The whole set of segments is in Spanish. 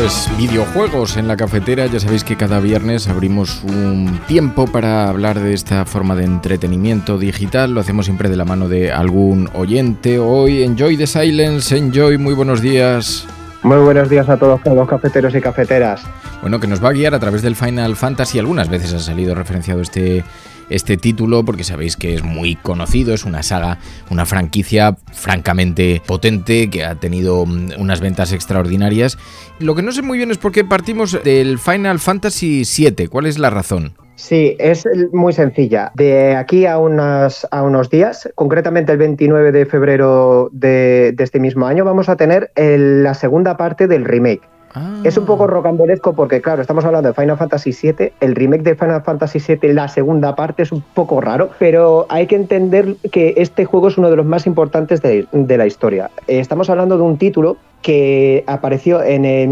es videojuegos en la cafetera. Ya sabéis que cada viernes abrimos un tiempo para hablar de esta forma de entretenimiento digital. Lo hacemos siempre de la mano de algún oyente. Hoy Enjoy the Silence. Enjoy, muy buenos días. Muy buenos días a todos los cafeteros y cafeteras. Bueno, que nos va a guiar a través del Final Fantasy. Algunas veces ha salido referenciado este título porque sabéis que es muy conocido, es una saga, una franquicia francamente potente que ha tenido unas ventas extraordinarias. Lo que no sé muy bien es por qué partimos del Final Fantasy VII. ¿Cuál es la razón? Sí, es muy sencilla. De aquí a unos días, concretamente el 29 de febrero de este mismo año, vamos a tener la segunda parte del remake. Es un poco rocambolesco porque, claro, estamos hablando de Final Fantasy VII, el remake de Final Fantasy VII, la segunda parte, es un poco raro, pero hay que entender que este juego es uno de los más importantes de la historia. Estamos hablando de un título que apareció en el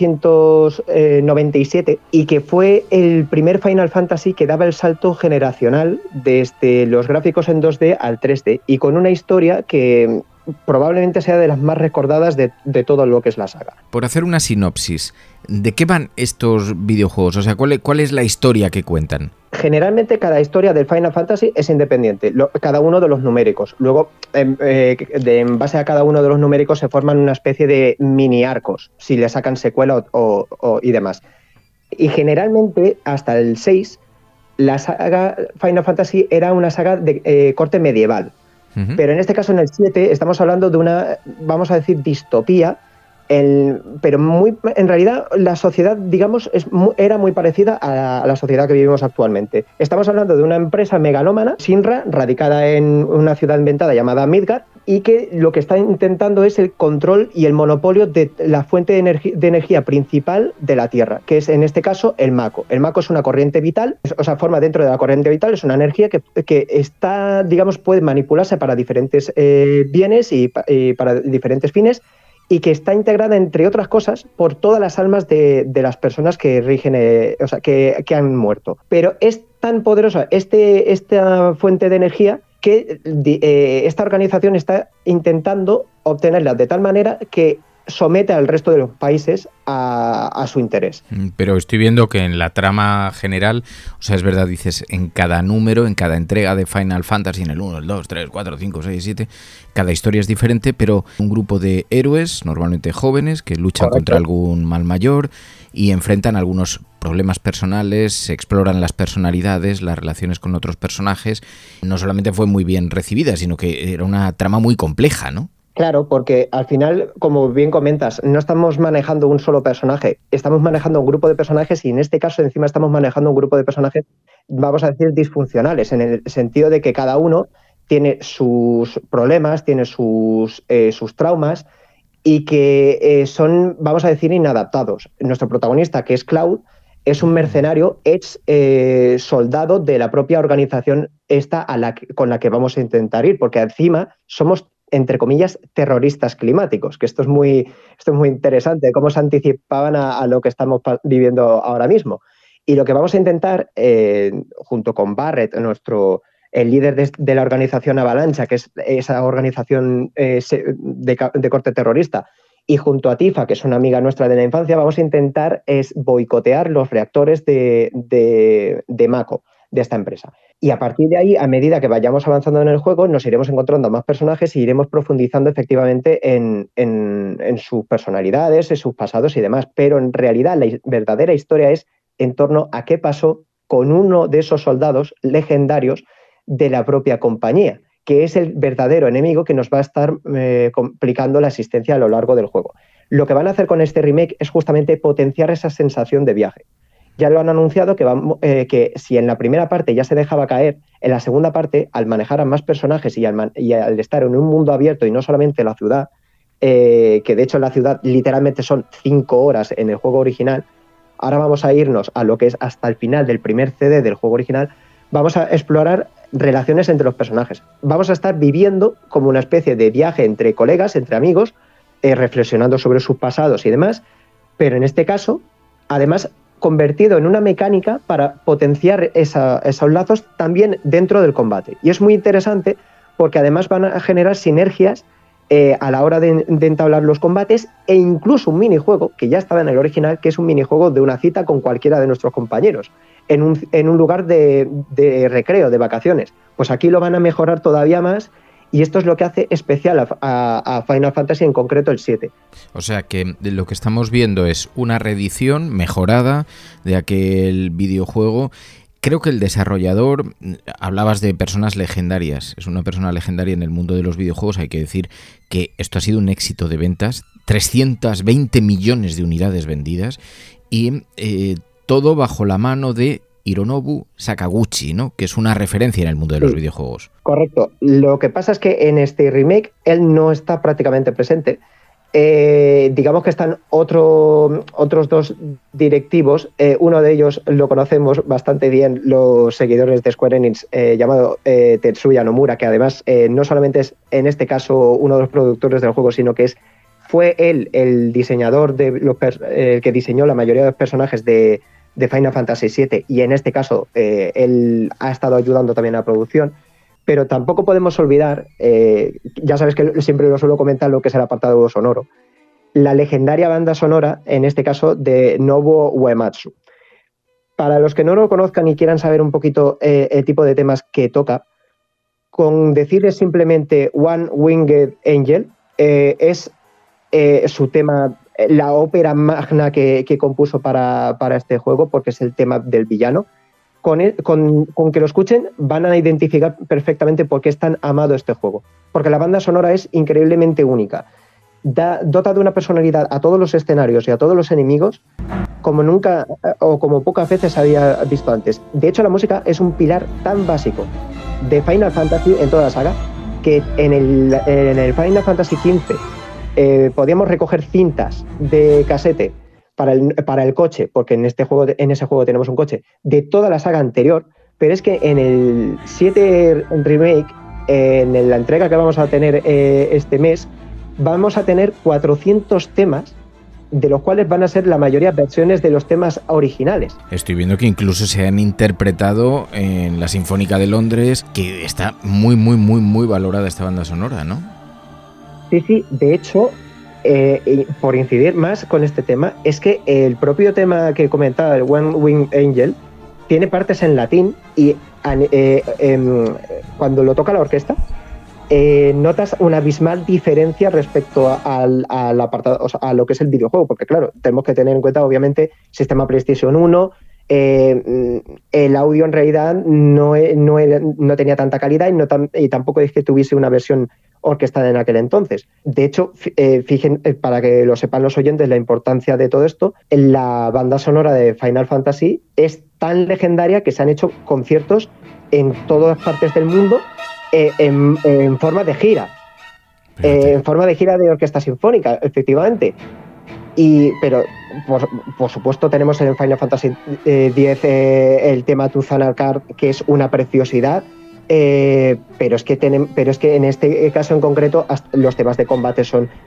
1997 y que fue el primer Final Fantasy que daba el salto generacional desde los gráficos en 2D al 3D y con una historia que probablemente sea de las más recordadas de todo lo que es la saga. Por hacer una sinopsis, ¿de qué van estos videojuegos? O sea, ¿cuál es la historia que cuentan? Generalmente cada historia del Final Fantasy es independiente, cada uno de los numéricos. Luego, en base a cada uno de los numéricos se forman una especie de mini arcos, si le sacan secuela y demás. Y generalmente, hasta el 6, la saga Final Fantasy era una saga de corte medieval. Pero en este caso, en el 7, estamos hablando de una, vamos a decir, distopía, pero en realidad la sociedad, digamos, era muy parecida a la sociedad que vivimos actualmente. Estamos hablando de una empresa megalómana, Shinra, radicada en una ciudad inventada llamada Midgard, y que lo que está intentando es el control y el monopolio de la fuente de energía principal de la Tierra, que es en este caso el Mako. El Mako es una corriente vital, forma dentro de la corriente vital, es una energía que está, digamos, puede manipularse para diferentes bienes y para diferentes fines, y que está integrada, entre otras cosas, por todas las almas de las personas que rigen, que han muerto. Pero es tan poderosa esta fuente de energía que esta organización está intentando obtenerla de tal manera que somete al resto de los países a su interés. Pero estoy viendo que en la trama general, o sea, es verdad, dices, en cada número, en cada entrega de Final Fantasy, en el 1, el 2, 3, 4, 5, 6, 7, cada historia es diferente, pero un grupo de héroes, normalmente jóvenes, que luchan contra algún mal mayor y enfrentan algunos problemas personales, se exploran las personalidades, las relaciones con otros personajes. No solamente fue muy bien recibida, sino que era una trama muy compleja, ¿no? Claro, porque al final, como bien comentas, no estamos manejando un solo personaje, estamos manejando un grupo de personajes y en este caso encima estamos manejando un grupo de personajes, vamos a decir, disfuncionales, en el sentido de que cada uno tiene sus problemas, tiene sus traumas y que son, vamos a decir, inadaptados. Nuestro protagonista, que es Cloud, es un mercenario, ex soldado de la propia organización con la que vamos a intentar ir, porque encima somos, entre comillas, terroristas climáticos, que esto es muy interesante, cómo se anticipaban a lo que estamos viviendo ahora mismo. Y lo que vamos a intentar, junto con Barret, el líder de la organización Avalancha, que es esa organización de corte terrorista, y junto a Tifa, que es una amiga nuestra de la infancia, vamos a intentar boicotear los reactores de Mako, de esta empresa. Y a partir de ahí, a medida que vayamos avanzando en el juego, nos iremos encontrando más personajes y iremos profundizando efectivamente en sus personalidades, en sus pasados y demás. Pero en realidad la verdadera historia es en torno a qué pasó con uno de esos soldados legendarios de la propia compañía, que es el verdadero enemigo que nos va a estar complicando la existencia a lo largo del juego. Lo que van a hacer con este remake es justamente potenciar esa sensación de viaje. Ya lo han anunciado que si en la primera parte ya se dejaba caer, en la segunda parte, al manejar a más personajes y al estar en un mundo abierto y no solamente la ciudad, que de hecho la ciudad literalmente son 5 horas en el juego original, ahora vamos a irnos a lo que es hasta el final del primer CD del juego original, vamos a explorar relaciones entre los personajes. Vamos a estar viviendo como una especie de viaje entre colegas, entre amigos, reflexionando sobre sus pasados y demás, pero en este caso, además, convertido en una mecánica para potenciar esos lazos también dentro del combate. Y es muy interesante porque además van a generar sinergias a la hora de entablar los combates, e incluso un minijuego que ya estaba en el original, que es un minijuego de una cita con cualquiera de nuestros compañeros en un lugar de recreo, de vacaciones. Pues aquí lo van a mejorar todavía más, y esto es lo que hace especial a Final Fantasy, en concreto el 7. O sea que lo que estamos viendo es una reedición mejorada de aquel videojuego. Creo que el desarrollador, hablabas de personas legendarias, es una persona legendaria en el mundo de los videojuegos. Hay que decir que esto ha sido un éxito de ventas, 320 millones de unidades vendidas, y todo bajo la mano de Hironobu Sakaguchi, ¿no? Que es una referencia en el mundo de los videojuegos. Correcto. Lo que pasa es que en este remake él no está prácticamente presente. Digamos que están otros dos directivos. Uno de ellos lo conocemos bastante bien los seguidores de Square Enix, llamado Tetsuya Nomura, que además no solamente es en este caso uno de los productores del juego, sino que fue él el diseñador que diseñó la mayoría de los personajes de Final Fantasy VII, y en este caso él ha estado ayudando también a la producción. Pero tampoco podemos olvidar, ya sabes que siempre lo suelo comentar, lo que es el apartado sonoro, la legendaria banda sonora, en este caso de Nobuo Uematsu. Para los que no lo conozcan y quieran saber un poquito el tipo de temas que toca, con decirles simplemente One Winged Angel, es su tema, la ópera magna que compuso para este juego, porque es el tema del villano. Con que lo escuchen van a identificar perfectamente por qué es tan amado este juego. Porque la banda sonora es increíblemente única. Dota de una personalidad a todos los escenarios y a todos los enemigos como nunca o como pocas veces había visto antes. De hecho, la música es un pilar tan básico de Final Fantasy en toda la saga, que en el Final Fantasy XV podíamos recoger cintas de casete para el coche, porque en ese juego tenemos un coche, de toda la saga anterior, pero es que en el 7 Remake, en la entrega que vamos a tener este mes, vamos a tener 400 temas, de los cuales van a ser la mayoría versiones de los temas originales. Estoy viendo que incluso se han interpretado en la Sinfónica de Londres, que está muy, muy, muy, muy valorada esta banda sonora, ¿no? Sí, de hecho, por incidir más con este tema, es que el propio tema que comentaba, el One Winged Angel, tiene partes en latín, y cuando lo toca la orquesta, notas una abismal diferencia respecto al apartado, o sea, a lo que es el videojuego, porque claro, tenemos que tener en cuenta, obviamente, sistema PlayStation 1, el audio en realidad no tenía tanta calidad, y tampoco es que tuviese una versión orquestada en aquel entonces. De hecho, para que lo sepan los oyentes, la importancia de todo esto, la banda sonora de Final Fantasy es tan legendaria que se han hecho conciertos en todas partes del mundo en forma de gira. En forma de gira de orquesta sinfónica, efectivamente. Pero, por supuesto, tenemos en Final Fantasy X el tema Tuzan Card, que es una preciosidad. Pero es que en este caso en concreto los temas de combate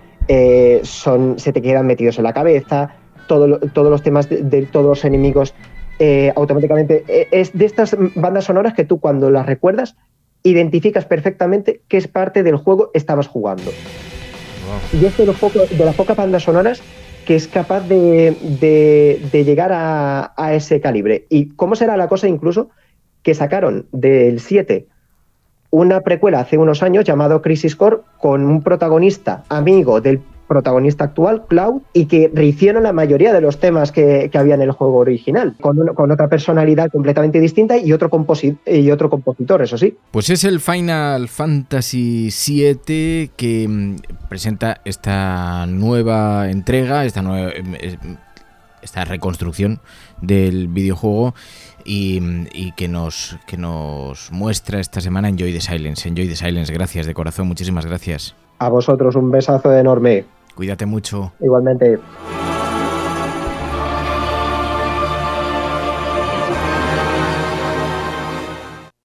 se te quedan metidos en la cabeza. Todos los temas de todos los enemigos automáticamente es de estas bandas sonoras que tú, cuando las recuerdas, identificas perfectamente qué es parte del juego estabas jugando. Wow. Y es de las pocas bandas sonoras que es capaz de llegar a ese calibre. ¿Y cómo será la cosa incluso que sacaron del 7 una precuela hace unos años llamado Crisis Core, con un protagonista amigo del protagonista actual, Cloud, y que rehicieron la mayoría de los temas que había en el juego original, con otra personalidad completamente distinta y otro compositor, eso sí. Pues es el Final Fantasy VII que presenta esta nueva entrega, esta reconstrucción del videojuego, y que nos muestra esta semana Enjoy the Silence. Enjoy the Silence, gracias de corazón, muchísimas gracias. A vosotros un besazo enorme. Cuídate mucho. Igualmente.